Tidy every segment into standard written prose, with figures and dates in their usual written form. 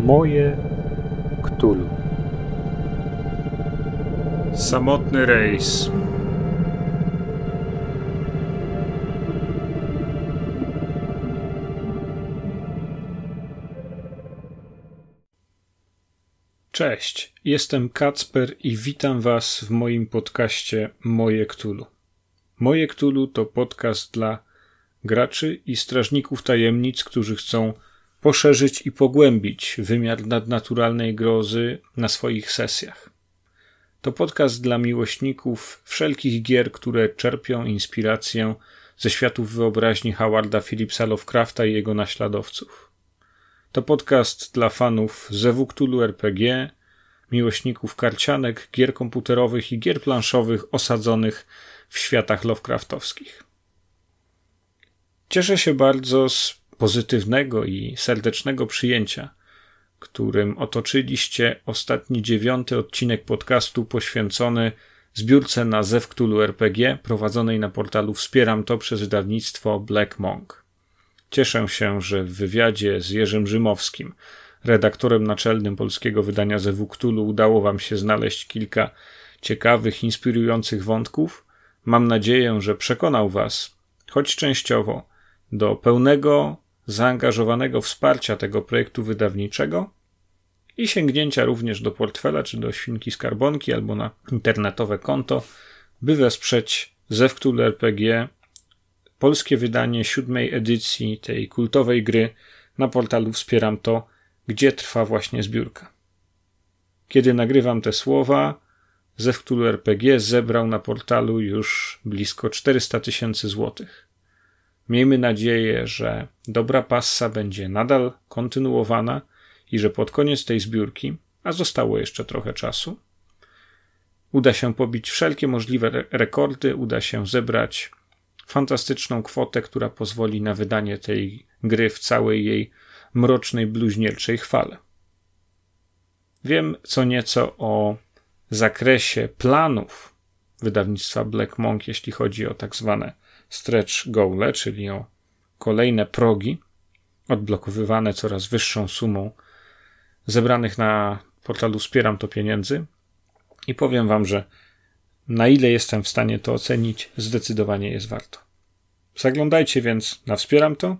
Moje Cthulhu. Samotny rejs. Cześć, jestem Kacper i witam Was w moim podcaście Moje Cthulhu. Moje Cthulhu to podcast dla graczy i strażników tajemnic, którzy chcą poszerzyć i pogłębić wymiar nadnaturalnej grozy na swoich sesjach. To podcast dla miłośników wszelkich gier, które czerpią inspirację ze światów wyobraźni Howarda Phillipsa Lovecrafta i jego naśladowców. To podcast dla fanów ZW Cthulhu RPG, miłośników karcianek, gier komputerowych i gier planszowych osadzonych w światach Lovecraftowskich. Cieszę się bardzo z pozytywnego i serdecznego przyjęcia, którym otoczyliście ostatni 9. odcinek podcastu poświęcony zbiórce na ZW Cthulhu RPG prowadzonej na portalu Wspieram To przez wydawnictwo Black Monk. Cieszę się, że w wywiadzie z Jerzym Rzymowskim, redaktorem naczelnym polskiego wydania ZW Cthulhu, udało Wam się znaleźć kilka ciekawych, inspirujących wątków. Mam nadzieję, że przekonał Was, choć częściowo, do pełnego, zaangażowanego wsparcia tego projektu wydawniczego i sięgnięcia również do portfela czy do świnki skarbonki albo na internetowe konto, by wesprzeć ZW Cthulhu RPG, polskie wydanie 7. edycji tej kultowej gry na portalu Wspieram To, gdzie trwa właśnie zbiórka. Kiedy nagrywam te słowa, ZW Cthulhu RPG zebrał na portalu już blisko 400 000 złotych. Miejmy nadzieję, że dobra passa będzie nadal kontynuowana i że pod koniec tej zbiórki, a zostało jeszcze trochę czasu, uda się pobić wszelkie możliwe rekordy, uda się zebrać fantastyczną kwotę, która pozwoli na wydanie tej gry w całej jej mrocznej, bluźnierczej chwale. Wiem co nieco o zakresie planów wydawnictwa Black Monk, jeśli chodzi o tak zwane stretch goale, czyli o kolejne progi odblokowywane coraz wyższą sumą zebranych na portalu Wspieram To pieniędzy i powiem Wam, że na ile jestem w stanie to ocenić, zdecydowanie jest warto. Zaglądajcie więc na Wspieram To,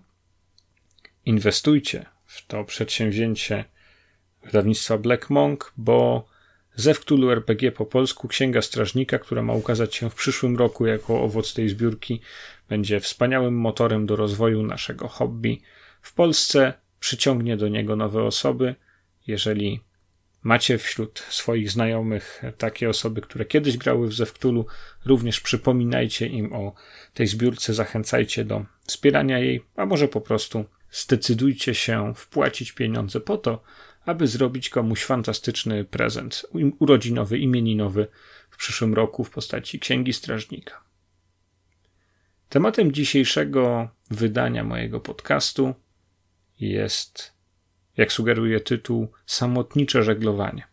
inwestujcie w to przedsięwzięcie wydawnictwa Black Monk, bo ZW Cthulhu RPG po polsku, Księga Strażnika, która ma ukazać się w przyszłym roku jako owoc tej zbiórki, będzie wspaniałym motorem do rozwoju naszego hobby w Polsce, przyciągnie do niego nowe osoby. Jeżeli macie wśród swoich znajomych takie osoby, które kiedyś grały w ZW Cthulhu, również przypominajcie im o tej zbiórce, zachęcajcie do wspierania jej, a może po prostu zdecydujcie się wpłacić pieniądze po to, aby zrobić komuś fantastyczny prezent urodzinowy, imieninowy w przyszłym roku w postaci Księgi Strażnika. Tematem dzisiejszego wydania mojego podcastu jest, jak sugeruje tytuł, samotnicze żeglowanie.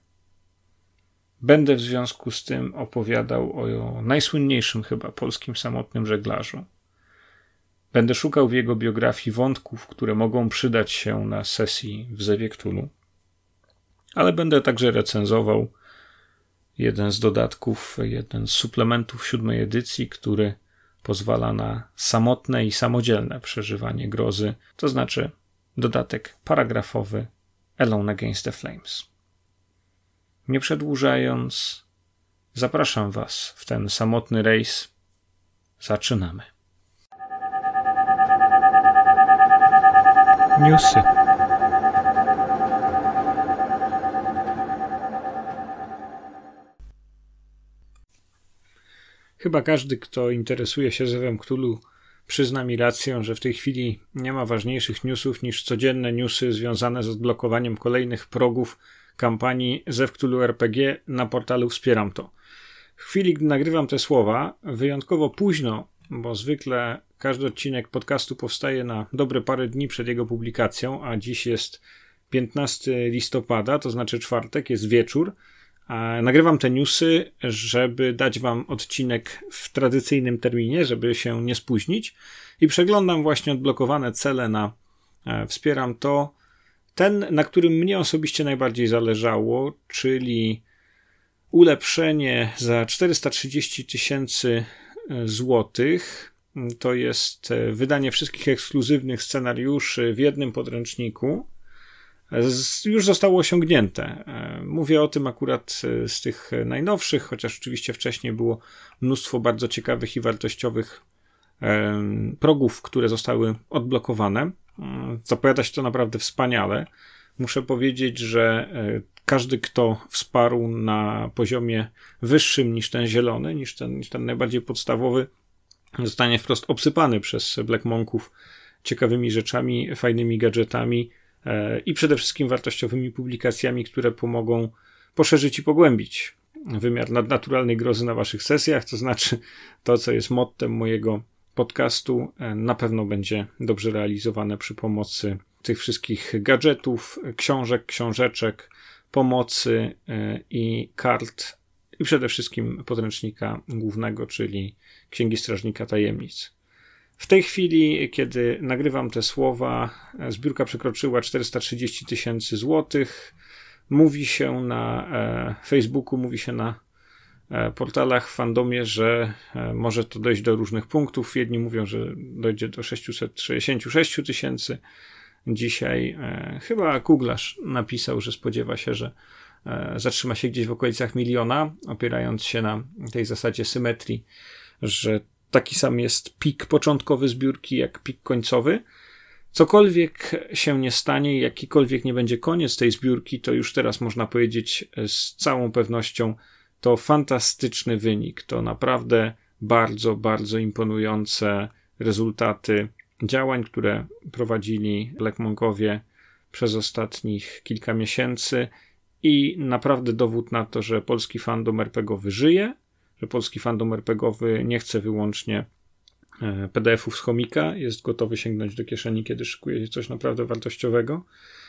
Będę w związku z tym opowiadał o najsłynniejszym chyba polskim samotnym żeglarzu. Będę szukał w jego biografii wątków, które mogą przydać się na sesji w ZW Cthulhu. Ale będę także recenzował jeden z dodatków, jeden z suplementów 7. edycji, który pozwala na samotne i samodzielne przeżywanie grozy, to znaczy dodatek paragrafowy Alone Against the Flames. Nie przedłużając, zapraszam Was w ten samotny rejs. Zaczynamy. Newsy. Chyba każdy, kto interesuje się ZW Cthulhu, przyzna mi rację, że w tej chwili nie ma ważniejszych newsów niż codzienne newsy związane z odblokowaniem kolejnych progów kampanii ZW Cthulhu RPG na portalu Wspieram To. W chwili, gdy nagrywam te słowa, wyjątkowo późno, bo zwykle każdy odcinek podcastu powstaje na dobre parę dni przed jego publikacją, a dziś jest 15 listopada, to znaczy czwartek, jest wieczór. Nagrywam te newsy, żeby dać Wam odcinek w tradycyjnym terminie, żeby się nie spóźnić i przeglądam właśnie odblokowane cele na Wspieram To Ten, na którym mnie osobiście najbardziej zależało, czyli ulepszenie za 430 000 złotych. To jest wydanie wszystkich ekskluzywnych scenariuszy w jednym podręczniku. Już zostało osiągnięte. Mówię o tym akurat z tych najnowszych, chociaż oczywiście wcześniej było mnóstwo bardzo ciekawych i wartościowych progów, które zostały odblokowane. Zapowiada się to naprawdę wspaniale. Muszę powiedzieć, że każdy, kto wsparł na poziomie wyższym niż ten zielony, niż ten najbardziej podstawowy, zostanie wprost obsypany przez Black Monków ciekawymi rzeczami, fajnymi gadżetami i przede wszystkim wartościowymi publikacjami, które pomogą poszerzyć i pogłębić wymiar nadnaturalnej grozy na waszych sesjach, to znaczy to, co jest mottem mojego podcastu, na pewno będzie dobrze realizowane przy pomocy tych wszystkich gadżetów, książek, książeczek, pomocy i kart i przede wszystkim podręcznika głównego, czyli Księgi Strażnika Tajemnic. W tej chwili, kiedy nagrywam te słowa, zbiórka przekroczyła 430 000 złotych. Mówi się na Facebooku, mówi się na portalach w fandomie, że może to dojść do różnych punktów. Jedni mówią, że dojdzie do 666 000. Dzisiaj chyba Kuglarz napisał, że spodziewa się, że zatrzyma się gdzieś w okolicach 1 000 000, opierając się na tej zasadzie symetrii, że taki sam jest pik początkowy zbiórki jak pik końcowy. Cokolwiek się nie stanie, jakikolwiek nie będzie koniec tej zbiórki, to już teraz można powiedzieć z całą pewnością, to fantastyczny wynik. To naprawdę bardzo, bardzo imponujące rezultaty działań, które prowadzili Black Monkowie przez ostatnich kilka miesięcy i naprawdę dowód na to, że polski fandom RPGowy żyje, że polski fandom RPGowy nie chce wyłącznie PDF-ów z chomika, jest gotowy sięgnąć do kieszeni, kiedy szykuje się coś naprawdę wartościowego.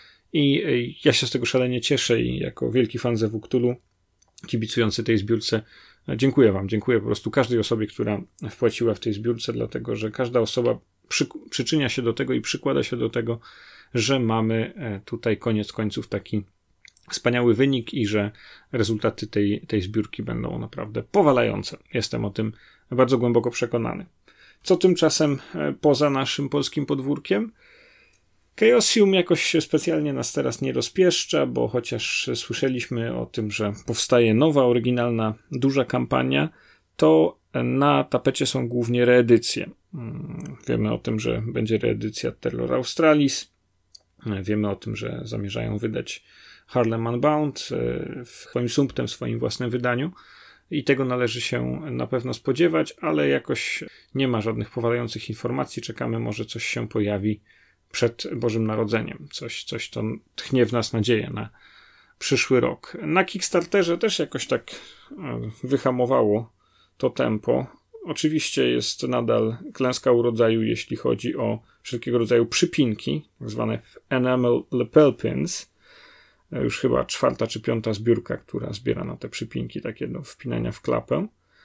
I ja się z tego szalenie cieszę i jako wielki fan Zewu Cthulhu, kibicujący tej zbiórce, dziękuję wam, dziękuję po prostu każdej osobie, która wpłaciła w tej zbiórce, dlatego że każda osoba przyczynia się do tego i przykłada się do tego, że mamy tutaj koniec końców taki wspaniały wynik i że rezultaty tej zbiórki będą naprawdę powalające. Jestem o tym bardzo głęboko przekonany. Co tymczasem poza naszym polskim podwórkiem? Chaosium jakoś się specjalnie nas teraz nie rozpieszcza, bo chociaż słyszeliśmy o tym, że powstaje nowa, oryginalna, duża kampania, to na tapecie są głównie reedycje. Wiemy o tym, że będzie reedycja Terror Australis. Wiemy o tym, że zamierzają wydać Harlem Unbound swoim sumptem, w swoim własnym wydaniu. I tego należy się na pewno spodziewać, ale jakoś nie ma żadnych powalających informacji. Czekamy, może coś się pojawi przed Bożym Narodzeniem. Coś to tchnie w nas nadzieję na przyszły rok. Na Kickstarterze też jakoś tak wyhamowało to tempo. Oczywiście jest nadal klęska urodzaju, jeśli chodzi o wszelkiego rodzaju przypinki, tak zwane enamel lapel pins. Już chyba 4. czy 5. zbiórka, która zbiera na te przypinki, takie do wpinania w klapę.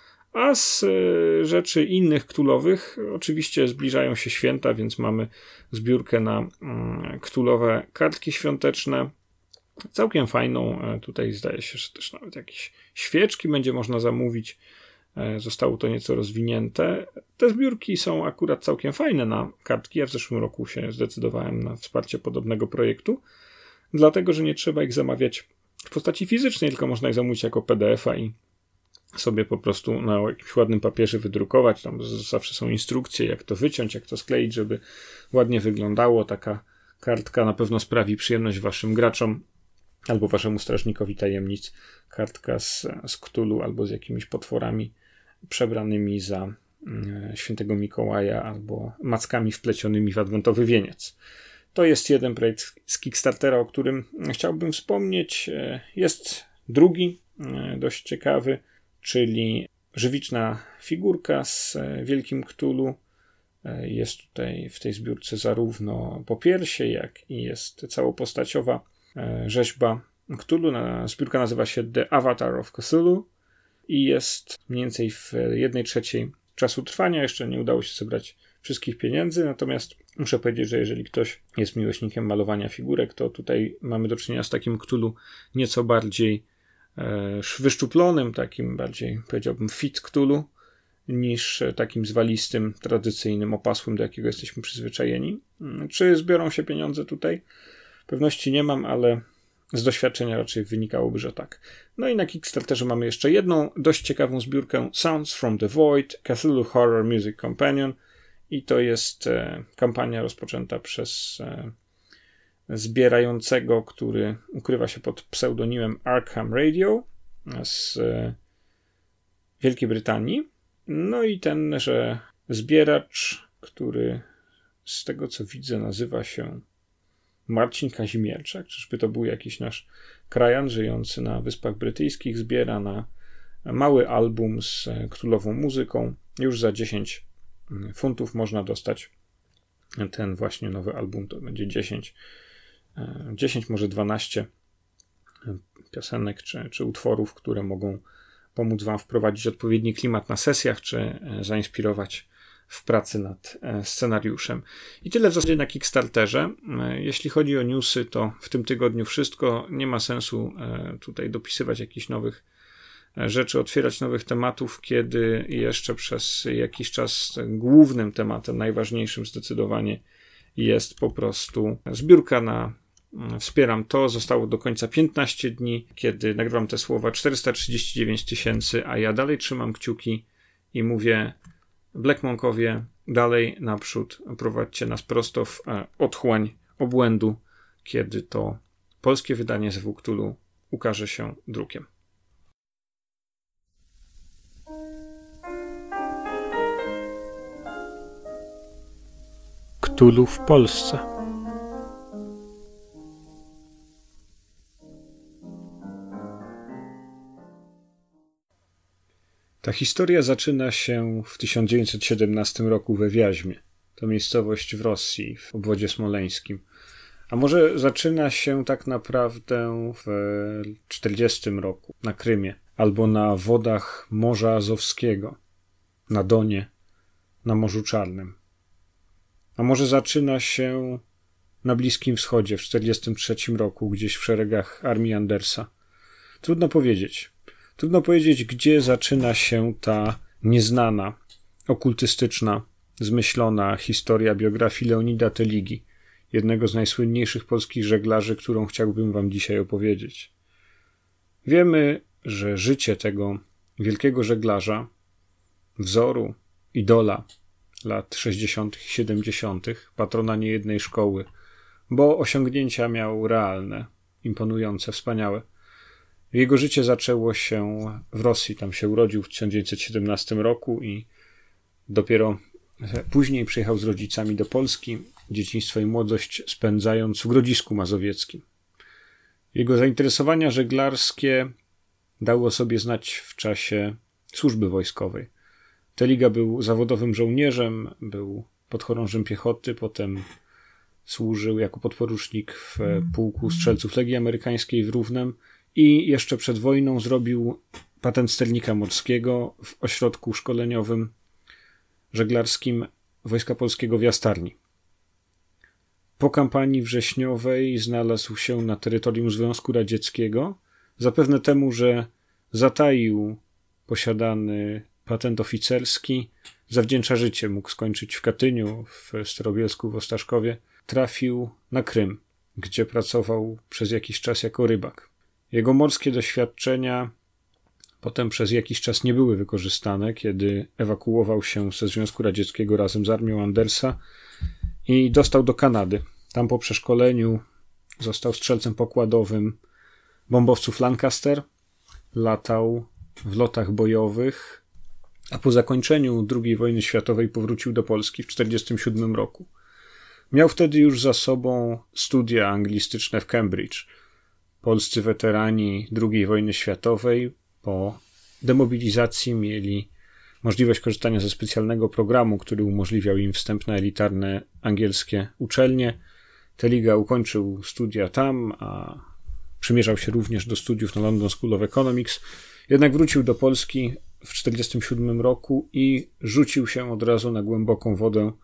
A z rzeczy innych cthulhowych oczywiście zbliżają się święta, więc mamy zbiórkę na cthulhowe kartki świąteczne. Całkiem fajną. Tutaj zdaje się, że też nawet jakieś świeczki będzie można zamówić. Zostało to nieco rozwinięte. Te zbiórki są akurat całkiem fajne na kartki. Ja w zeszłym roku się zdecydowałem na wsparcie podobnego projektu, dlatego że nie trzeba ich zamawiać w postaci fizycznej, tylko można je zamówić jako PDF-a i sobie po prostu na jakimś ładnym papierze wydrukować. Tam zawsze są instrukcje, jak to wyciąć, jak to skleić, żeby ładnie wyglądało. Taka kartka na pewno sprawi przyjemność waszym graczom albo waszemu strażnikowi tajemnic. Kartka z Cthulhu albo z jakimiś potworami przebranymi za świętego Mikołaja albo mackami wplecionymi w adwentowy wieniec. To jest jeden projekt z Kickstartera, o którym chciałbym wspomnieć. Jest drugi, dość ciekawy, czyli żywiczna figurka z Wielkim Cthulhu. Jest tutaj w tej zbiórce zarówno popiersie, jak i jest całopostaciowa rzeźba Cthulhu. Zbiórka nazywa się The Avatar of Cthulhu i jest mniej więcej w 1/3 czasu trwania. Jeszcze nie udało się zebrać wszystkich pieniędzy, natomiast muszę powiedzieć, że jeżeli ktoś jest miłośnikiem malowania figurek, to tutaj mamy do czynienia z takim Cthulhu nieco bardziej wyszczuplonym, takim bardziej, powiedziałbym, fit Cthulhu, niż takim zwalistym, tradycyjnym, opasłym, do jakiego jesteśmy przyzwyczajeni. Czy zbiorą się pieniądze tutaj? Pewności nie mam, ale z doświadczenia raczej wynikałoby, że tak. No i na Kickstarterze mamy jeszcze jedną dość ciekawą zbiórkę Sounds from the Void, Cthulhu Horror Music Companion, i to jest kampania rozpoczęta przez zbierającego, który ukrywa się pod pseudonimem Arkham Radio z Wielkiej Brytanii. No i tenże zbieracz, który z tego co widzę nazywa się Marcin Kazimierczak, czyżby to był jakiś nasz krajan żyjący na Wyspach Brytyjskich, zbiera na mały album z cthulhową muzyką. Już za 10 funtów można dostać ten właśnie nowy album. To będzie 10 może 12 piosenek czy utworów, które mogą pomóc wam wprowadzić odpowiedni klimat na sesjach, czy zainspirować w pracy nad scenariuszem. I tyle w zasadzie na Kickstarterze. Jeśli chodzi o newsy, to w tym tygodniu wszystko. Nie ma sensu tutaj dopisywać jakichś nowych rzeczy, otwierać nowych tematów, kiedy jeszcze przez jakiś czas głównym tematem, najważniejszym zdecydowanie jest po prostu zbiórka na Wspieram to. Zostało do końca 15 dni, kiedy nagrywam te słowa, 439 000, a ja dalej trzymam kciuki i mówię: Black Monkowie, dalej naprzód, prowadźcie nas prosto w otchłań obłędu, kiedy to polskie wydanie z Cthulhu ukaże się drukiem. Cthulhu w Polsce. Ta historia zaczyna się w 1917 roku we Wjaźmie. To miejscowość w Rosji, w obwodzie smoleńskim. A może zaczyna się tak naprawdę w 1940 roku na Krymie, albo na wodach Morza Azowskiego, na Donie, na Morzu Czarnym. A może zaczyna się na Bliskim Wschodzie w 1943 roku, gdzieś w szeregach armii Andersa. Trudno powiedzieć. Trudno powiedzieć, gdzie zaczyna się ta nieznana, okultystyczna, zmyślona historia biografii Leonida Teligi, jednego z najsłynniejszych polskich żeglarzy, którą chciałbym wam dzisiaj opowiedzieć. Wiemy, że życie tego wielkiego żeglarza, wzoru, idola lat 60. i 70., patrona niejednej szkoły, bo osiągnięcia miał realne, imponujące, wspaniałe. Jego życie zaczęło się w Rosji, tam się urodził w 1917 roku i dopiero później przyjechał z rodzicami do Polski, dzieciństwo i młodość spędzając w Grodzisku Mazowieckim. Jego zainteresowania żeglarskie dały o sobie znać w czasie służby wojskowej. Teliga był zawodowym żołnierzem, był podchorążym piechoty, potem służył jako podporucznik w pułku strzelców Legii Amerykańskiej w Równem i jeszcze przed wojną zrobił patent sternika morskiego w ośrodku szkoleniowym żeglarskim Wojska Polskiego w Jastarni. Po kampanii wrześniowej znalazł się na terytorium Związku Radzieckiego, zapewne temu, że zataił posiadany patent oficerski, zawdzięcza życie, mógł skończyć w Katyniu, w Starobielsku, w Ostaszkowie. Trafił na Krym, gdzie pracował przez jakiś czas jako rybak. Jego morskie doświadczenia potem przez jakiś czas nie były wykorzystane, kiedy ewakuował się ze Związku Radzieckiego razem z armią Andersa i dostał do Kanady. Tam po przeszkoleniu został strzelcem pokładowym bombowców Lancaster, latał w lotach bojowych, a po zakończeniu II wojny światowej powrócił do Polski w 1947 roku. Miał wtedy już za sobą studia anglistyczne w Cambridge. Polscy weterani II wojny światowej po demobilizacji mieli możliwość korzystania ze specjalnego programu, który umożliwiał im wstęp na elitarne angielskie uczelnie. Teliga ukończył studia tam, a przymierzał się również do studiów na London School of Economics. Jednak wrócił do Polski w 1947 roku i rzucił się od razu na głęboką wodę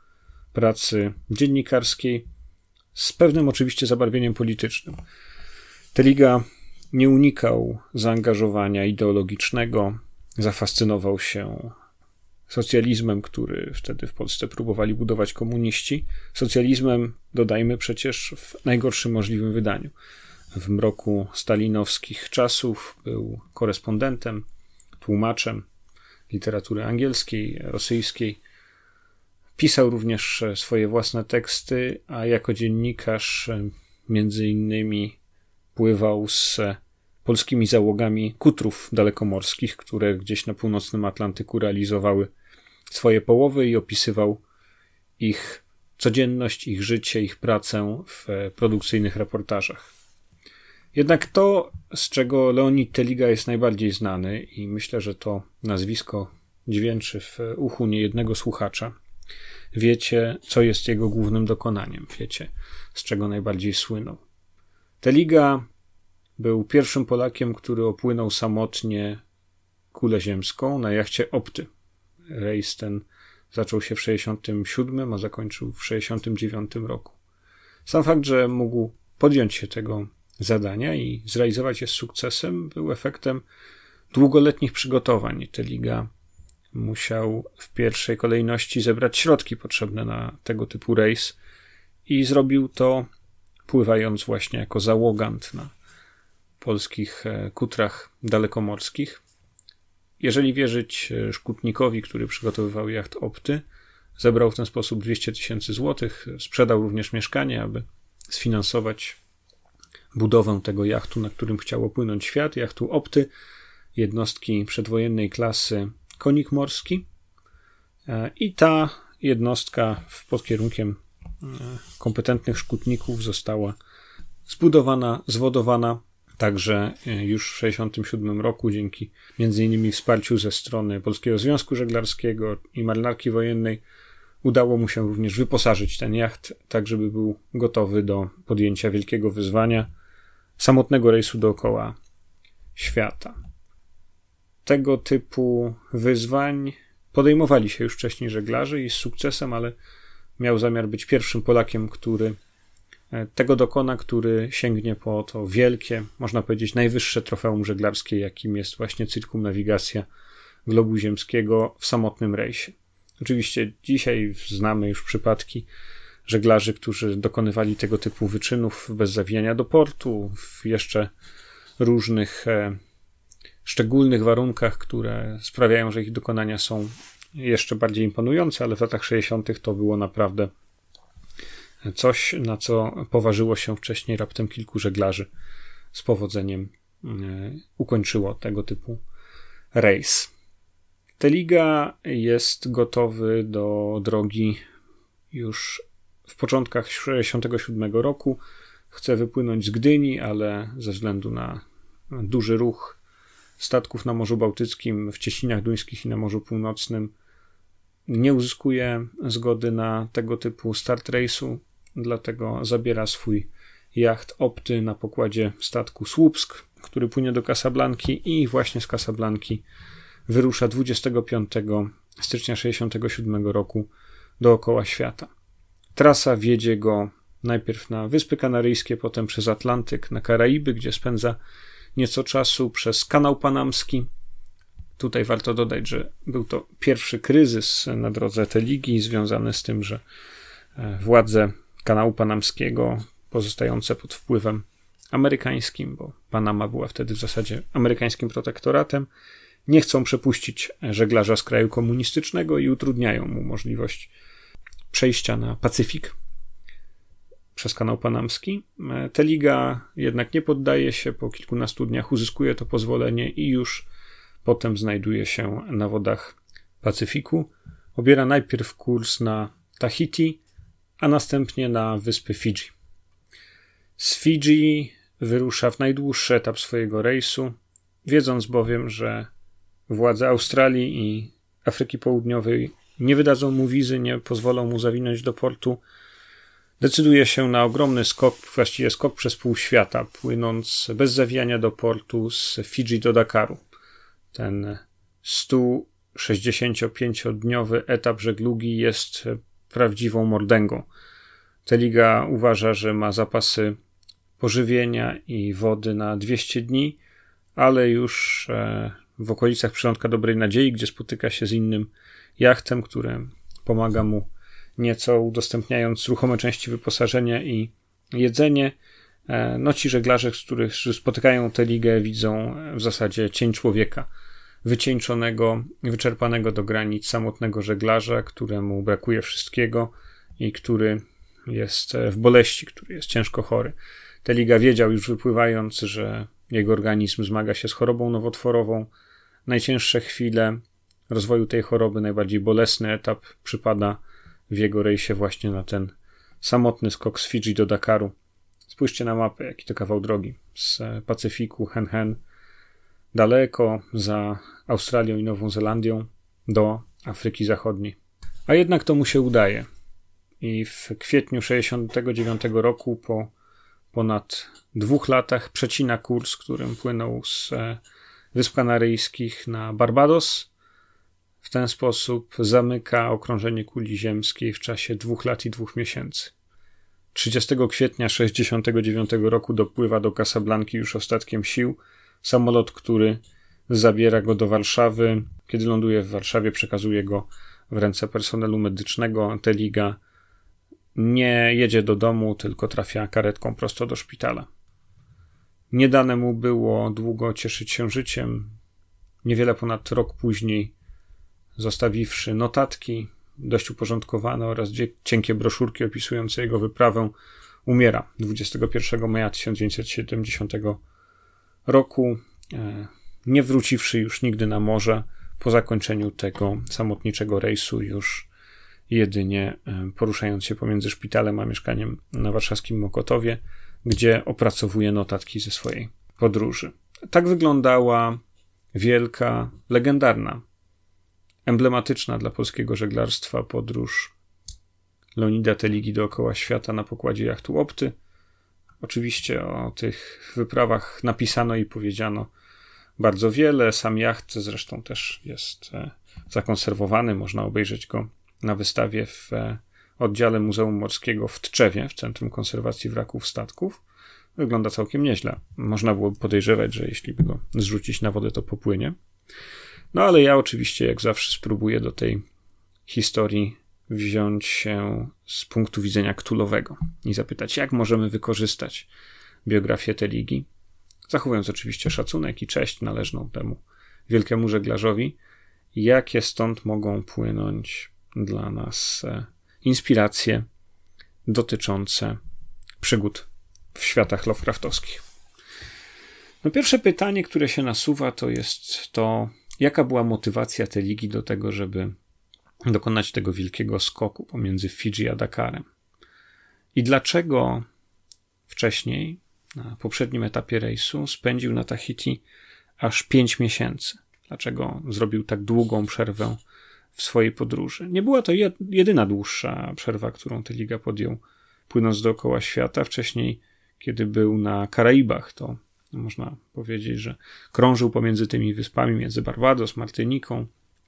pracy dziennikarskiej z pewnym oczywiście zabarwieniem politycznym. Teliga nie unikał zaangażowania ideologicznego, zafascynował się socjalizmem, który wtedy w Polsce próbowali budować komuniści. Socjalizmem, dodajmy, przecież w najgorszym możliwym wydaniu. W mroku stalinowskich czasów był korespondentem, tłumaczem literatury angielskiej, rosyjskiej. Pisał również swoje własne teksty, a jako dziennikarz między innymi pływał z polskimi załogami kutrów dalekomorskich, które gdzieś na północnym Atlantyku realizowały swoje połowy i opisywał ich codzienność, ich życie, ich pracę w produkcyjnych reportażach. Jednak to, z czego Leonid Teliga jest najbardziej znany i myślę, że to nazwisko dźwięczy w uchu niejednego słuchacza, wiecie, co jest jego głównym dokonaniem, wiecie, z czego najbardziej słynął. Teliga był pierwszym Polakiem, który opłynął samotnie kulę ziemską na jachcie Opty. Rejs ten zaczął się w 1967, a zakończył w 1969 roku. Sam fakt, że mógł podjąć się tego zadania i zrealizować je z sukcesem, był efektem długoletnich przygotowań. Teliga musiał w pierwszej kolejności zebrać środki potrzebne na tego typu rejs i zrobił to pływając właśnie jako załogant na polskich kutrach dalekomorskich. Jeżeli wierzyć Szkutnikowi, który przygotowywał jacht Opty, zebrał w ten sposób 200 000 złotych, sprzedał również mieszkanie, aby sfinansować budowę tego jachtu, na którym chciał opłynąć świat, jachtu Opty, jednostki przedwojennej klasy Konik Morski. I ta jednostka pod kierunkiem kompetentnych szkutników została zbudowana, zwodowana. Także już w 1967 roku dzięki m.in. wsparciu ze strony Polskiego Związku Żeglarskiego i Marynarki Wojennej udało mu się również wyposażyć ten jacht, tak żeby był gotowy do podjęcia wielkiego wyzwania samotnego rejsu dookoła świata. Tego typu wyzwań podejmowali się już wcześniej żeglarze i z sukcesem, ale miał zamiar być pierwszym Polakiem, który tego dokona, który sięgnie po to wielkie, można powiedzieć najwyższe trofeum żeglarskie, jakim jest właśnie cyrkumnawigacja globu ziemskiego w samotnym rejsie. Oczywiście dzisiaj znamy już przypadki żeglarzy, którzy dokonywali tego typu wyczynów bez zawijania do portu, w jeszcze różnych szczególnych warunkach, które sprawiają, że ich dokonania są jeszcze bardziej imponujące, ale w latach 60. to było naprawdę coś, na co poważyło się wcześniej raptem kilku żeglarzy. Z powodzeniem ukończyło tego typu rejs. Teliga jest gotowy do drogi już w początkach 1967 roku. Chce wypłynąć z Gdyni, ale ze względu na duży ruch statków na Morzu Bałtyckim, w cieśninach duńskich i na Morzu Północnym nie uzyskuje zgody na tego typu start rejsu, dlatego zabiera swój jacht Opty na pokładzie statku Słupsk, który płynie do Casablanki i właśnie z Casablanki wyrusza 25 stycznia 1967 roku dookoła świata. Trasa wiedzie go najpierw na Wyspy Kanaryjskie, potem przez Atlantyk na Karaiby, gdzie spędza nieco czasu, przez Kanał Panamski. Tutaj warto dodać, że był to pierwszy kryzys na drodze Teligi, związany z tym, że władze Kanału Panamskiego, pozostające pod wpływem amerykańskim, bo Panama była wtedy w zasadzie amerykańskim protektoratem, nie chcą przepuścić żeglarza z kraju komunistycznego i utrudniają mu możliwość przejścia na Pacyfik przez Kanał Panamski. Teliga jednak nie poddaje się, po kilkunastu dniach uzyskuje to pozwolenie i już potem znajduje się na wodach Pacyfiku. Obiera najpierw kurs na Tahiti, a następnie na wyspy Fidżi. Z Fidżi wyrusza w najdłuższy etap swojego rejsu, wiedząc bowiem, że władze Australii i Afryki Południowej nie wydadzą mu wizy, nie pozwolą mu zawinąć do portu. Decyduje się na ogromny skok, właściwie skok przez pół świata, płynąc bez zawijania do portu z Fidżi do Dakaru. Ten 165-dniowy etap żeglugi jest prawdziwą mordęgą. Teliga uważa, że ma zapasy pożywienia i wody na 200 dni, ale już w okolicach przylądka Dobrej Nadziei, gdzie spotyka się z innym jachtem, które pomaga mu nieco, udostępniając ruchome części wyposażenia i jedzenie, ci żeglarze, z których spotykają Teligę, widzą w zasadzie cień człowieka, wycieńczonego, wyczerpanego do granic samotnego żeglarza, któremu brakuje wszystkiego i który jest w boleści, który jest ciężko chory. Teliga wiedział już wypływając, że jego organizm zmaga się z chorobą nowotworową. Najcięższe chwile rozwoju tej choroby, najbardziej bolesny etap przypada w jego rejsie właśnie na ten samotny skok z Fidżi do Dakaru. Spójrzcie na mapę, jaki to kawał drogi. Z Pacyfiku Hen Hen, daleko za Australią i Nową Zelandią do Afryki Zachodniej. A jednak to mu się udaje. I w kwietniu 1969 roku, po ponad 2 latach, przecina kurs, którym płynął z Wysp Kanaryjskich na Barbados. W ten sposób zamyka okrążenie kuli ziemskiej w czasie 2 lat i 2 miesięcy. 30 kwietnia 1969 roku dopływa do Casablanki już ostatkiem sił. Samolot, który zabiera go do Warszawy. Kiedy ląduje w Warszawie, przekazuje go w ręce personelu medycznego. Teliga nie jedzie do domu, tylko trafia karetką prosto do szpitala. Nie dane mu było długo cieszyć się życiem. Niewiele ponad rok później, zostawiwszy notatki dość uporządkowane oraz cienkie broszurki opisujące jego wyprawę, umiera 21 maja 1970 roku, nie wróciwszy już nigdy na morze, po zakończeniu tego samotniczego rejsu już jedynie poruszając się pomiędzy szpitalem a mieszkaniem na warszawskim Mokotowie, gdzie opracowuje notatki ze swojej podróży. Tak wyglądała wielka, legendarna, emblematyczna dla polskiego żeglarstwa podróż Leonida Teligi dookoła świata na pokładzie jachtu Opty. Oczywiście o tych wyprawach napisano i powiedziano bardzo wiele. Sam jacht zresztą też jest zakonserwowany. Można obejrzeć go na wystawie w oddziale Muzeum Morskiego w Tczewie, w Centrum Konserwacji Wraków Statków. Wygląda całkiem nieźle. Można byłoby podejrzewać, że jeśli by go zrzucić na wodę, to popłynie. No ale ja oczywiście, jak zawsze, spróbuję do tej historii wziąć się z punktu widzenia Cthulhowego i zapytać, jak możemy wykorzystać biografię Teligi, zachowując oczywiście szacunek i cześć należną temu wielkiemu żeglarzowi, jakie stąd mogą płynąć dla nas inspiracje dotyczące przygód w światach Lovecraftowskich. No pierwsze pytanie, które się nasuwa, to jest to, jaka była motywacja Teligi do tego, żeby dokonać tego wielkiego skoku pomiędzy Fidżi a Dakarem. I dlaczego wcześniej, na poprzednim etapie rejsu, spędził na Tahiti aż 5 miesięcy. Dlaczego zrobił tak długą przerwę w swojej podróży. Nie była to jedyna dłuższa przerwa, którą Teliga podjął, płynąc dookoła świata. Wcześniej, kiedy był na Karaibach, to można powiedzieć, że krążył pomiędzy tymi wyspami, między Barbados, Martyniką,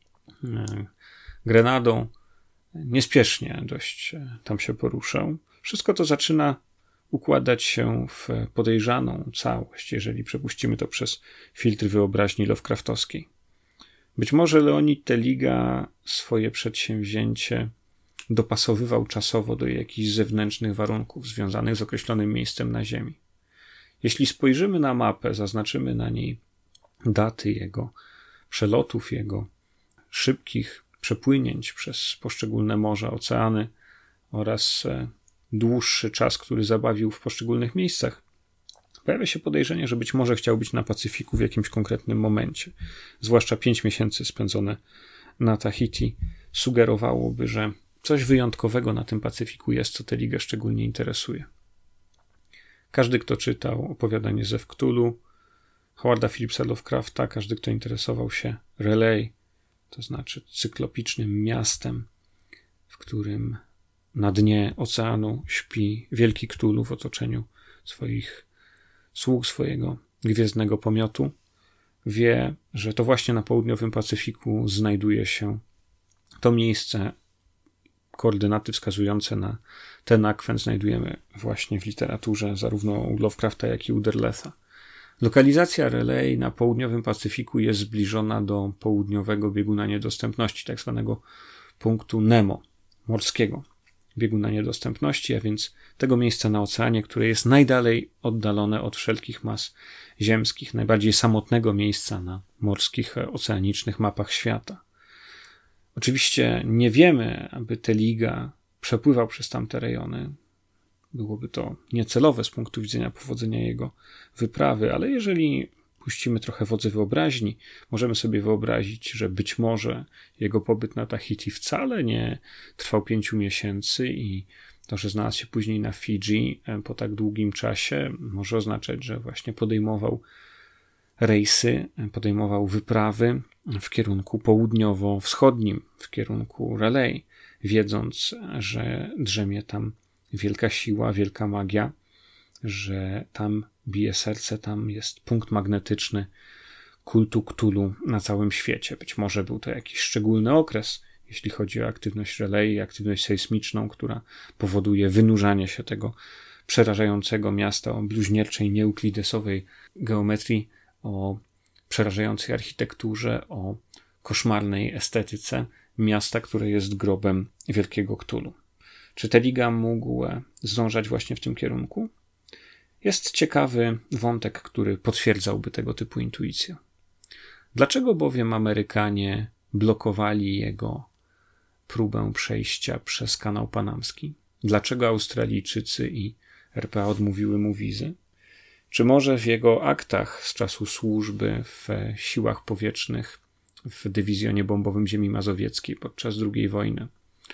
Grenadą. Niespiesznie dość tam się poruszał. Wszystko to zaczyna układać się w podejrzaną całość, jeżeli przepuścimy to przez filtr wyobraźni Lovecraftowskiej. Być może Leonid Teliga swoje przedsięwzięcie dopasowywał czasowo do jakichś zewnętrznych warunków związanych z określonym miejscem na Ziemi. Jeśli spojrzymy na mapę, zaznaczymy na niej daty jego przelotów, jego szybkich przepłynięć przez poszczególne morza, oceany oraz dłuższy czas, który zabawił w poszczególnych miejscach, pojawia się podejrzenie, że być może chciał być na Pacyfiku w jakimś konkretnym momencie. Zwłaszcza 5 miesięcy spędzone na Tahiti sugerowałoby, że coś wyjątkowego na tym Pacyfiku jest, co Teligę szczególnie interesuje. Każdy, kto czytał opowiadanie Zew Cthulhu, Howarda Phillipsa Lovecrafta, każdy, kto interesował się R'lyeh, to znaczy cyklopicznym miastem, w którym na dnie oceanu śpi wielki Cthulhu w otoczeniu swoich sług, swojego gwiezdnego pomiotu, wie, że to właśnie na południowym Pacyfiku znajduje się to miejsce koordynaty wskazujące na ten akwent znajdujemy właśnie w literaturze zarówno u Lovecrafta, jak i u Derletha. Lokalizacja R'lyeh na południowym Pacyfiku jest zbliżona do południowego bieguna niedostępności, tak zwanego punktu Nemo, morskiego bieguna niedostępności, a więc tego miejsca na oceanie, które jest najdalej oddalone od wszelkich mas ziemskich, najbardziej samotnego miejsca na morskich, oceanicznych mapach świata. Oczywiście nie wiemy, aby Teliga przepływał przez tamte rejony. Byłoby to niecelowe z punktu widzenia powodzenia jego wyprawy, ale jeżeli puścimy trochę wodzy wyobraźni, możemy sobie wyobrazić, że być może jego pobyt na Tahiti wcale nie trwał 5 miesięcy i to, że znalazł się później na Fidżi po tak długim czasie, może oznaczać, że właśnie podejmował rejsy, podejmował wyprawy w kierunku południowo-wschodnim, w kierunku R'lyeh, wiedząc, że drzemie tam wielka siła, wielka magia, że tam bije serce, tam jest punkt magnetyczny kultu Cthulhu na całym świecie. Być może był to jakiś szczególny okres, jeśli chodzi o aktywność R'lyeh, aktywność sejsmiczną, która powoduje wynurzanie się tego przerażającego miasta o bluźnierczej, nieuklidesowej geometrii, o przerażającej architekturze, o koszmarnej estetyce miasta, które jest grobem wielkiego Cthulhu. Czy Teliga mógł zdążać właśnie w tym kierunku? Jest ciekawy wątek, który potwierdzałby tego typu intuicję. Dlaczego bowiem Amerykanie blokowali jego próbę przejścia przez kanał panamski? Dlaczego Australijczycy i RPA odmówiły mu wizy? Czy może w jego aktach z czasu służby w siłach powietrznych w dywizjonie bombowym ziemi mazowieckiej podczas II wojny,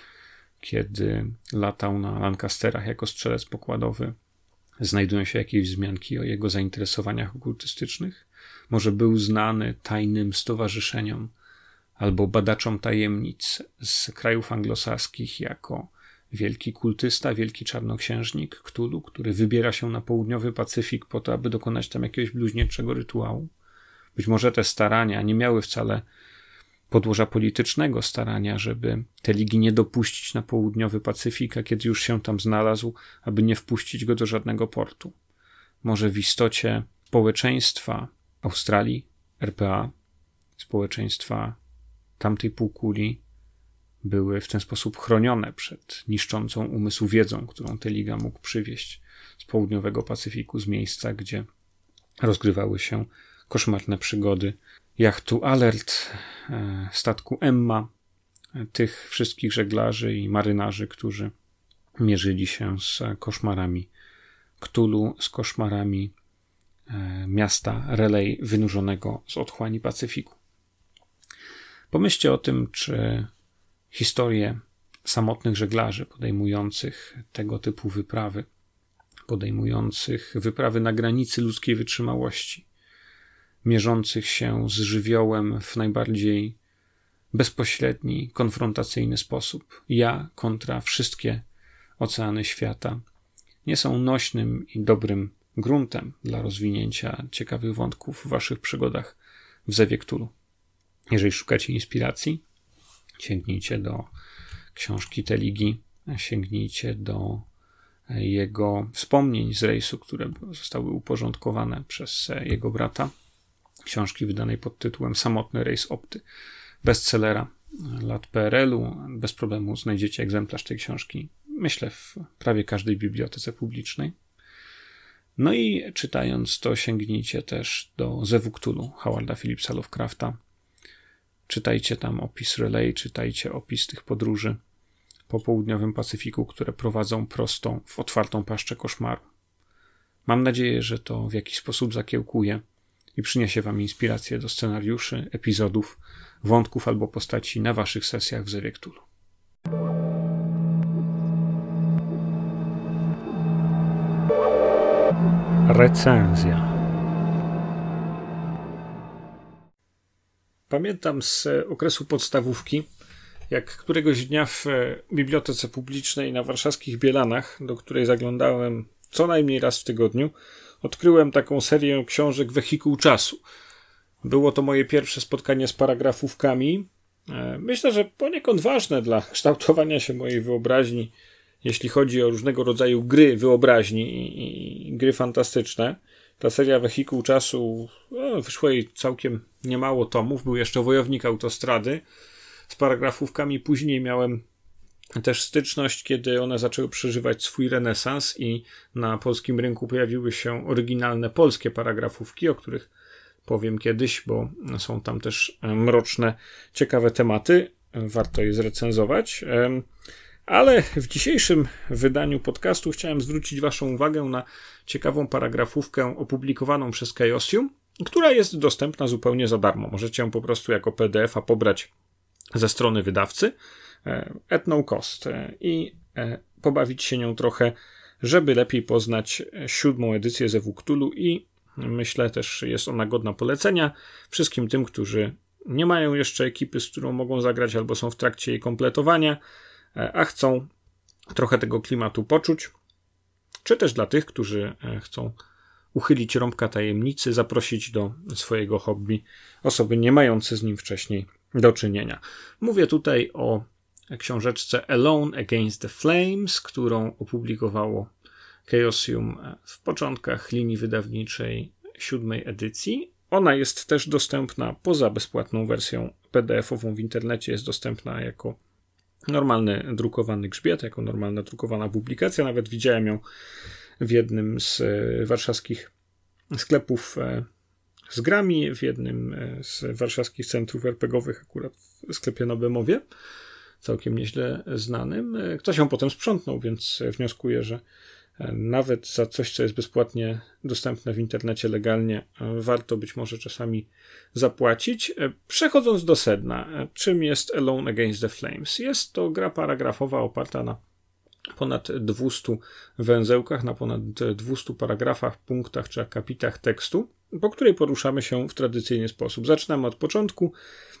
kiedy latał na Lancasterach jako strzelec pokładowy, znajdują się jakieś wzmianki o jego zainteresowaniach okultystycznych? Może był znany tajnym stowarzyszeniom albo badaczom tajemnic z krajów anglosaskich jako wielki kultysta, wielki czarnoksiężnik Cthulhu, który wybiera się na południowy Pacyfik po to, aby dokonać tam jakiegoś bluźnierczego rytuału? Być może te starania nie miały wcale podłoża politycznego, starania, żeby Teligi nie dopuścić na południowy Pacyfik, a kiedy już się tam znalazł, aby nie wpuścić go do żadnego portu. Może w istocie społeczeństwa Australii, RPA, społeczeństwa tamtej półkuli były w ten sposób chronione przed niszczącą umysł wiedzą, którą Teliga mógł przywieźć z południowego Pacyfiku, z miejsca, gdzie rozgrywały się koszmarne przygody jachtu Alert, statku Emma, tych wszystkich żeglarzy i marynarzy, którzy mierzyli się z koszmarami Cthulhu, z koszmarami miasta R'lyeh wynurzonego z otchłani Pacyfiku. Pomyślcie o tym, czy historie samotnych żeglarzy podejmujących tego typu wyprawy, podejmujących wyprawy na granicy ludzkiej wytrzymałości, mierzących się z żywiołem w najbardziej bezpośredni, konfrontacyjny sposób. Ja kontra wszystkie oceany świata nie są nośnym i dobrym gruntem dla rozwinięcia ciekawych wątków w waszych przygodach w Zewie Cthulhu. Jeżeli szukacie inspiracji, sięgnijcie do książki Teligi, sięgnijcie do jego wspomnień z rejsu, które zostały uporządkowane przez jego brata. Książki wydanej pod tytułem Samotny rejs Opty, bestsellera lat PRL-u. Bez problemu znajdziecie egzemplarz tej książki, myślę, w prawie każdej bibliotece publicznej. No i czytając to, sięgnijcie też do Zewu Cthulhu Howarda Phillipsa Lovecrafta. Czytajcie tam opis R'lyeh, czytajcie opis tych podróży po południowym Pacyfiku, które prowadzą prosto w otwartą paszczę koszmaru. Mam nadzieję, że to w jakiś sposób zakiełkuje i przyniesie wam inspirację do scenariuszy, epizodów, wątków albo postaci na waszych sesjach w Zewie Cthulhu. Recenzja. Pamiętam z okresu podstawówki, jak któregoś dnia w bibliotece publicznej na warszawskich Bielanach, do której zaglądałem co najmniej raz w tygodniu, odkryłem taką serię książek Wehikuł Czasu. Było to moje pierwsze spotkanie z paragrafówkami, myślę, że poniekąd ważne dla kształtowania się mojej wyobraźni, jeśli chodzi o różnego rodzaju gry wyobraźni i gry fantastyczne. Ta seria Wehikuł Czasu, wyszło jej całkiem niemało tomów. Był jeszcze Wojownik Autostrady z paragrafówkami. Później miałem też styczność, kiedy one zaczęły przeżywać swój renesans i na polskim rynku pojawiły się oryginalne polskie paragrafówki, o których powiem kiedyś, bo są tam też mroczne, ciekawe tematy. Warto je zrecenzować. Ale w dzisiejszym wydaniu podcastu chciałem zwrócić waszą uwagę na ciekawą paragrafówkę opublikowaną przez Chaosium, która jest dostępna zupełnie za darmo. Możecie ją po prostu jako PDF-a pobrać ze strony wydawcy at no cost i pobawić się nią trochę, żeby lepiej poznać 7. edycję Zewu Cthulhu i myślę też jest ona godna polecenia wszystkim tym, którzy nie mają jeszcze ekipy, z którą mogą zagrać albo są w trakcie jej kompletowania, a chcą trochę tego klimatu poczuć, czy też dla tych, którzy chcą uchylić rąbka tajemnicy, zaprosić do swojego hobby osoby nie mające z nim wcześniej do czynienia. Mówię tutaj o książeczce Alone Against the Flames, którą opublikowało Chaosium w początkach linii wydawniczej 7. edycji. Ona jest też dostępna poza bezpłatną wersją PDF-ową w internecie, jest dostępna jako normalny drukowany grzbiet, jako normalna drukowana publikacja. Nawet widziałem ją w jednym z warszawskich sklepów z grami, w jednym z warszawskich centrów RPGowych, akurat w sklepie na Bemowie, całkiem nieźle znanym. Ktoś ją potem sprzątnął, więc wnioskuję, że nawet za coś, co jest bezpłatnie dostępne w internecie legalnie, warto być może czasami zapłacić. Przechodząc do sedna, czym jest Alone Against the Flames? Jest to gra paragrafowa oparta na ponad 200 węzełkach, na ponad 200 paragrafach, punktach czy akapitach tekstu, po której poruszamy się w tradycyjny sposób. Zaczynamy od początku,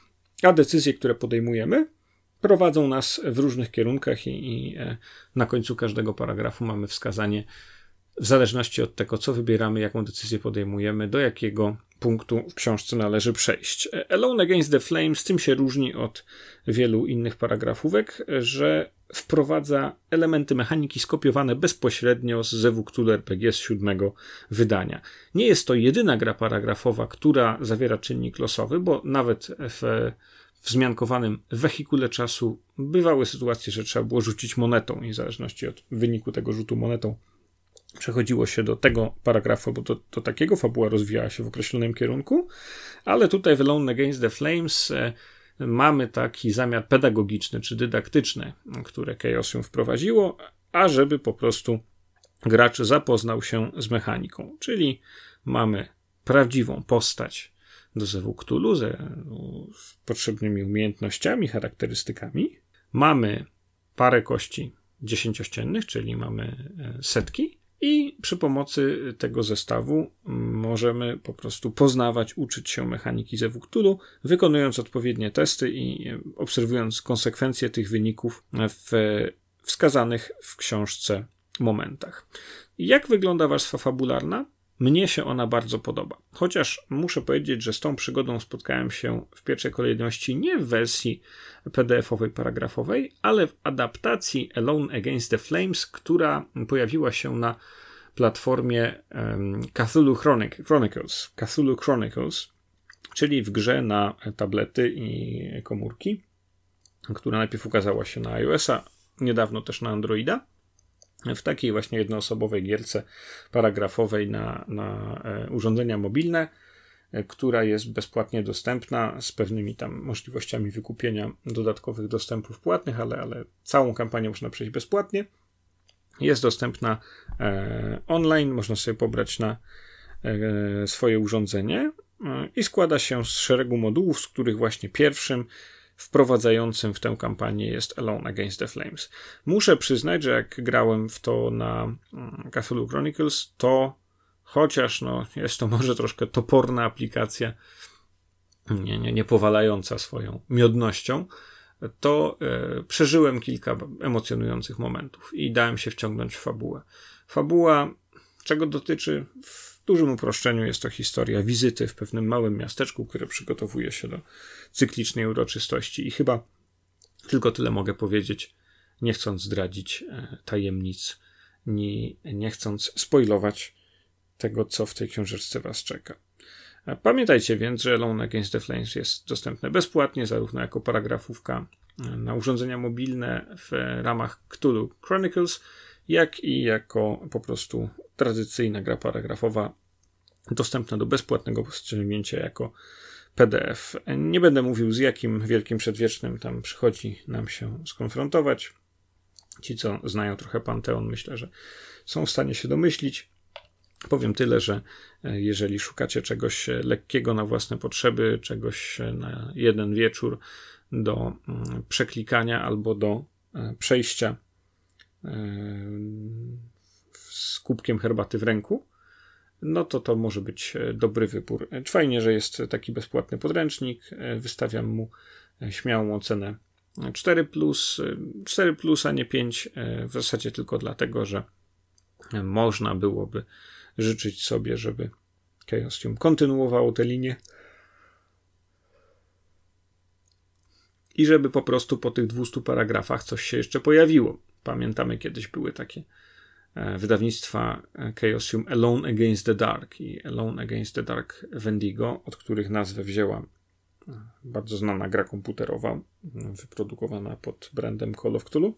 a decyzje, które podejmujemy, prowadzą nas w różnych kierunkach i na końcu każdego paragrafu mamy wskazanie, w zależności od tego, co wybieramy, jaką decyzję podejmujemy, do jakiego punktu w książce należy przejść. Alone Against the Flames tym się różni od wielu innych paragrafówek, że wprowadza elementy mechaniki skopiowane bezpośrednio z Zewu Cthulhu RPG z 7. wydania. Nie jest to jedyna gra paragrafowa, która zawiera czynnik losowy, bo nawet w wzmiankowanym wehikule czasu bywały sytuacje, że trzeba było rzucić monetą i w zależności od wyniku tego rzutu monetą przechodziło się do tego paragrafu, bo do takiego fabuła rozwijała się w określonym kierunku, ale tutaj w Alone Against the Flames mamy taki zamiar pedagogiczny czy dydaktyczny, które Chaosium wprowadziło, ażeby po prostu gracz zapoznał się z mechaniką, czyli mamy prawdziwą postać do Zewu Cthulhu z potrzebnymi umiejętnościami, charakterystykami. Mamy parę kości dziesięciościennych, czyli mamy setki i przy pomocy tego zestawu możemy po prostu poznawać, uczyć się mechaniki Zewu Cthulhu, wykonując odpowiednie testy i obserwując konsekwencje tych wyników w wskazanych w książce momentach. Jak wygląda warstwa fabularna? Mnie się ona bardzo podoba. Chociaż muszę powiedzieć, że z tą przygodą spotkałem się w pierwszej kolejności nie w wersji PDF-owej, paragrafowej, ale w adaptacji Alone Against the Flames, która pojawiła się na platformie Cthulhu Chronicles, czyli w grze na tablety i komórki, która najpierw ukazała się na iOS-a, niedawno też na Androida. W takiej właśnie jednoosobowej gierce paragrafowej na urządzenia mobilne, która jest bezpłatnie dostępna z pewnymi tam możliwościami wykupienia dodatkowych dostępów płatnych, ale całą kampanię można przejść bezpłatnie. Jest dostępna online, można sobie pobrać na swoje urządzenie i składa się z szeregu modułów, z których właśnie pierwszym wprowadzającym w tę kampanię jest Alone Against the Flames. Muszę przyznać, że jak grałem w to na Cthulhu Chronicles, to chociaż jest to może troszkę toporna aplikacja, nie powalająca swoją miodnością, to przeżyłem kilka emocjonujących momentów i dałem się wciągnąć w fabułę. Fabuła, czego dotyczy w dużym uproszczeniu jest to historia wizyty w pewnym małym miasteczku, które przygotowuje się do cyklicznej uroczystości. I chyba tylko tyle mogę powiedzieć, nie chcąc zdradzić tajemnic, nie chcąc spoilować tego, co w tej książeczce was czeka. Pamiętajcie więc, że Alone Against the Flames jest dostępne bezpłatnie, zarówno jako paragrafówka na urządzenia mobilne w ramach Cthulhu Chronicles, jak i jako po prostu tradycyjna gra paragrafowa dostępna do bezpłatnego ściągnięcia jako PDF. Nie będę mówił, z jakim wielkim przedwiecznym tam przychodzi nam się skonfrontować. Ci, co znają trochę Panteon, myślę, że są w stanie się domyślić. Powiem tyle, że jeżeli szukacie czegoś lekkiego na własne potrzeby, czegoś na jeden wieczór do przeklikania albo do przejścia z kubkiem herbaty w ręku, no to może być dobry wybór. Fajnie, że jest taki bezpłatny podręcznik. Wystawiam mu śmiałą ocenę 4+, a nie 5. W zasadzie tylko dlatego, że można byłoby życzyć sobie, żeby Chaosium kontynuowało tę linię i żeby po prostu po tych 200 paragrafach coś się jeszcze pojawiło. Pamiętamy, kiedyś były takie wydawnictwa Chaosium Alone Against the Dark i Alone Against the Dark Wendigo, od których nazwę wzięła bardzo znana gra komputerowa, wyprodukowana pod brandem Call of Cthulhu.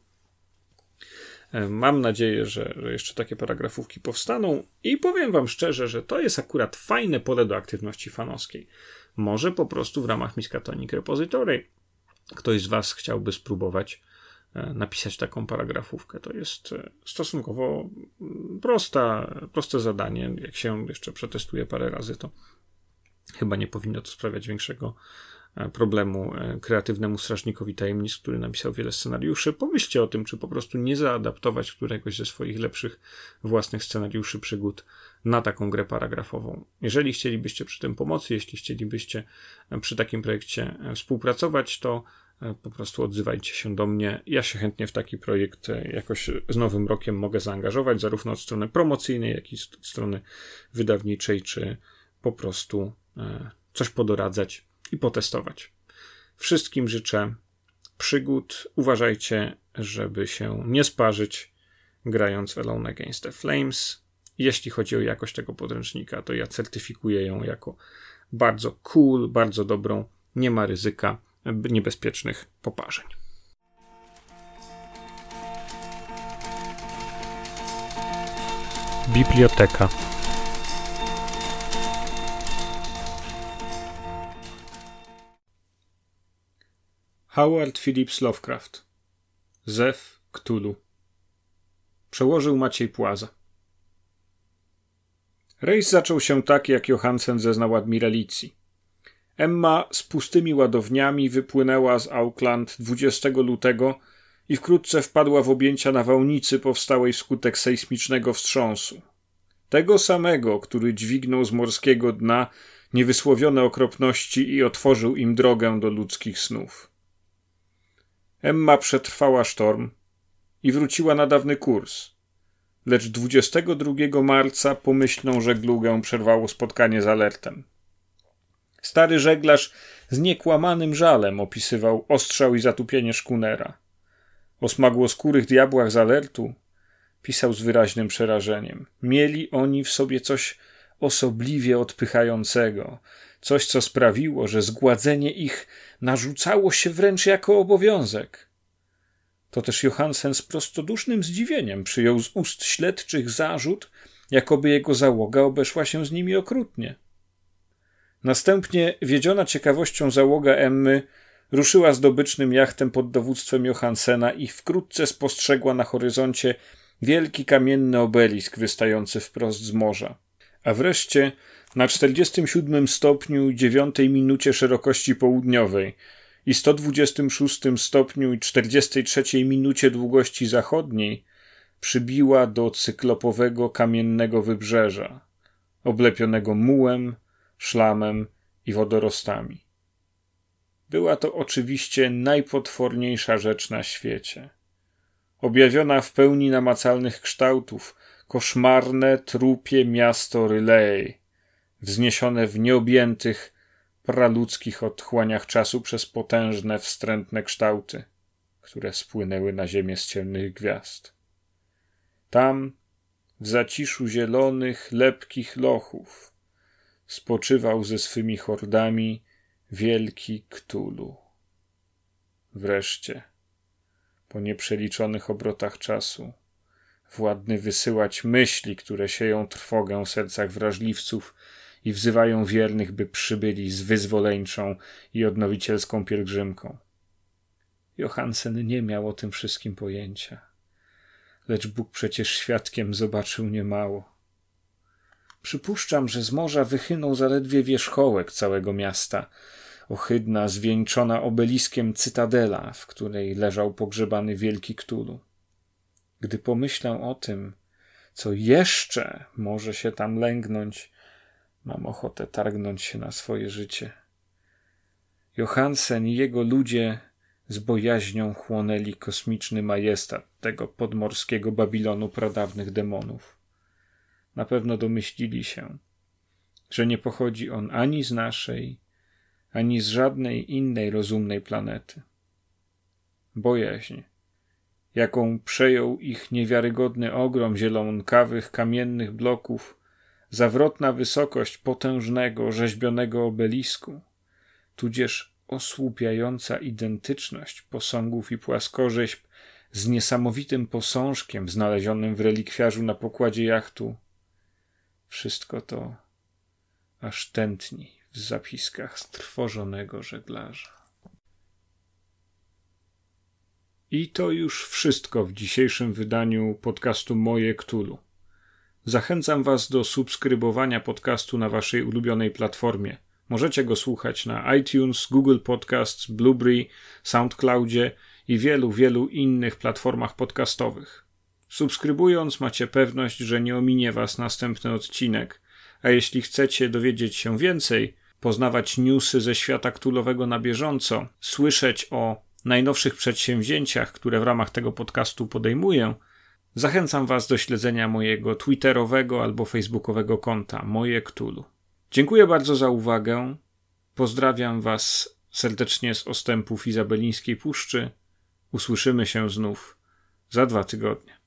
Mam nadzieję, że jeszcze takie paragrafówki powstaną i powiem wam szczerze, że to jest akurat fajne pole do aktywności fanowskiej. Może po prostu w ramach Miskatonic Repository ktoś z was chciałby spróbować napisać taką paragrafówkę. To jest stosunkowo proste zadanie. Jak się jeszcze przetestuje parę razy, to chyba nie powinno to sprawiać większego problemu kreatywnemu strażnikowi tajemnic, który napisał wiele scenariuszy. Pomyślcie o tym, czy po prostu nie zaadaptować któregoś ze swoich lepszych własnych scenariuszy przygód na taką grę paragrafową. Jeżeli chcielibyście przy tym pomocy, jeśli chcielibyście przy takim projekcie współpracować, to po prostu odzywajcie się do mnie. Ja się chętnie w taki projekt jakoś z Nowym Rokiem mogę zaangażować, zarówno od strony promocyjnej, jak i od strony wydawniczej, czy po prostu coś podoradzać i potestować. Wszystkim życzę przygód. Uważajcie, żeby się nie sparzyć grając w Alone Against the Flames. Jeśli chodzi o jakość tego podręcznika, to ja certyfikuję ją jako bardzo cool, bardzo dobrą, nie ma ryzyka niebezpiecznych poparzeń. Biblioteka. Howard Phillips Lovecraft. Zew Cthulhu. Przełożył Maciej Płaza. Rejs zaczął się tak, jak Johansen zeznał admiralicji. Emma z pustymi ładowniami wypłynęła z Auckland 20 lutego i wkrótce wpadła w objęcia nawałnicy powstałej wskutek sejsmicznego wstrząsu. Tego samego, który dźwignął z morskiego dna niewysłowione okropności i otworzył im drogę do ludzkich snów. Emma przetrwała sztorm i wróciła na dawny kurs, lecz 22 marca pomyślną żeglugę przerwało spotkanie z alertem. Stary żeglarz z niekłamanym żalem opisywał ostrzał i zatupienie szkunera. O smagłoskórych diabłach z alertu pisał z wyraźnym przerażeniem. Mieli oni w sobie coś osobliwie odpychającego, coś, co sprawiło, że zgładzenie ich narzucało się wręcz jako obowiązek. To też Johansen z prostodusznym zdziwieniem przyjął z ust śledczych zarzut, jakoby jego załoga obeszła się z nimi okrutnie. Następnie, wiedziona ciekawością załoga Emmy, ruszyła zdobycznym jachtem pod dowództwem Johansena i wkrótce spostrzegła na horyzoncie wielki kamienny obelisk wystający wprost z morza. A wreszcie na 47 stopniu i 9 minucie szerokości południowej i 126 stopniu i 43 minucie długości zachodniej przybiła do cyklopowego kamiennego wybrzeża, oblepionego mułem, szlamem i wodorostami. Była to oczywiście najpotworniejsza rzecz na świecie. Objawiona w pełni namacalnych kształtów, koszmarne, trupie miasto R'lyeh, wzniesione w nieobjętych, praludzkich otchłaniach czasu przez potężne, wstrętne kształty, które spłynęły na ziemię z ciemnych gwiazd. Tam, w zaciszu zielonych, lepkich lochów, spoczywał ze swymi hordami wielki Ktulu. Wreszcie, po nieprzeliczonych obrotach czasu, władny wysyłać myśli, które sieją trwogę w sercach wrażliwców i wzywają wiernych, by przybyli z wyzwoleńczą i odnowicielską pielgrzymką. Johansen nie miał o tym wszystkim pojęcia, lecz Bóg przecież świadkiem zobaczył niemało. Przypuszczam, że z morza wychynął zaledwie wierzchołek całego miasta, ohydna, zwieńczona obeliskiem cytadela, w której leżał pogrzebany wielki Ktulu. Gdy pomyślę o tym, co jeszcze może się tam lęgnąć, mam ochotę targnąć się na swoje życie. Johansen i jego ludzie z bojaźnią chłonęli kosmiczny majestat tego podmorskiego Babilonu pradawnych demonów. Na pewno domyślili się, że nie pochodzi on ani z naszej, ani z żadnej innej rozumnej planety. Bojaźń, jaką przejął ich niewiarygodny ogrom zielonkawych, kamiennych bloków, zawrotna wysokość potężnego, rzeźbionego obelisku, tudzież osłupiająca identyczność posągów i płaskorzeźb z niesamowitym posążkiem znalezionym w relikwiarzu na pokładzie jachtu. Wszystko to aż tętni w zapiskach strwożonego żeglarza. I to już wszystko w dzisiejszym wydaniu podcastu Moje Ktulu. Zachęcam Was do subskrybowania podcastu na Waszej ulubionej platformie. Możecie go słuchać na iTunes, Google Podcasts, Blueberry, SoundCloudzie i wielu innych platformach podcastowych. Subskrybując macie pewność, że nie ominie Was następny odcinek, a jeśli chcecie dowiedzieć się więcej, poznawać newsy ze świata ktulowego na bieżąco, słyszeć o najnowszych przedsięwzięciach, które w ramach tego podcastu podejmuję, zachęcam Was do śledzenia mojego twitterowego albo facebookowego konta Moje Ktulu. Dziękuję bardzo za uwagę. Pozdrawiam Was serdecznie z ostępów Izabelińskiej Puszczy. Usłyszymy się znów za 2 tygodnie.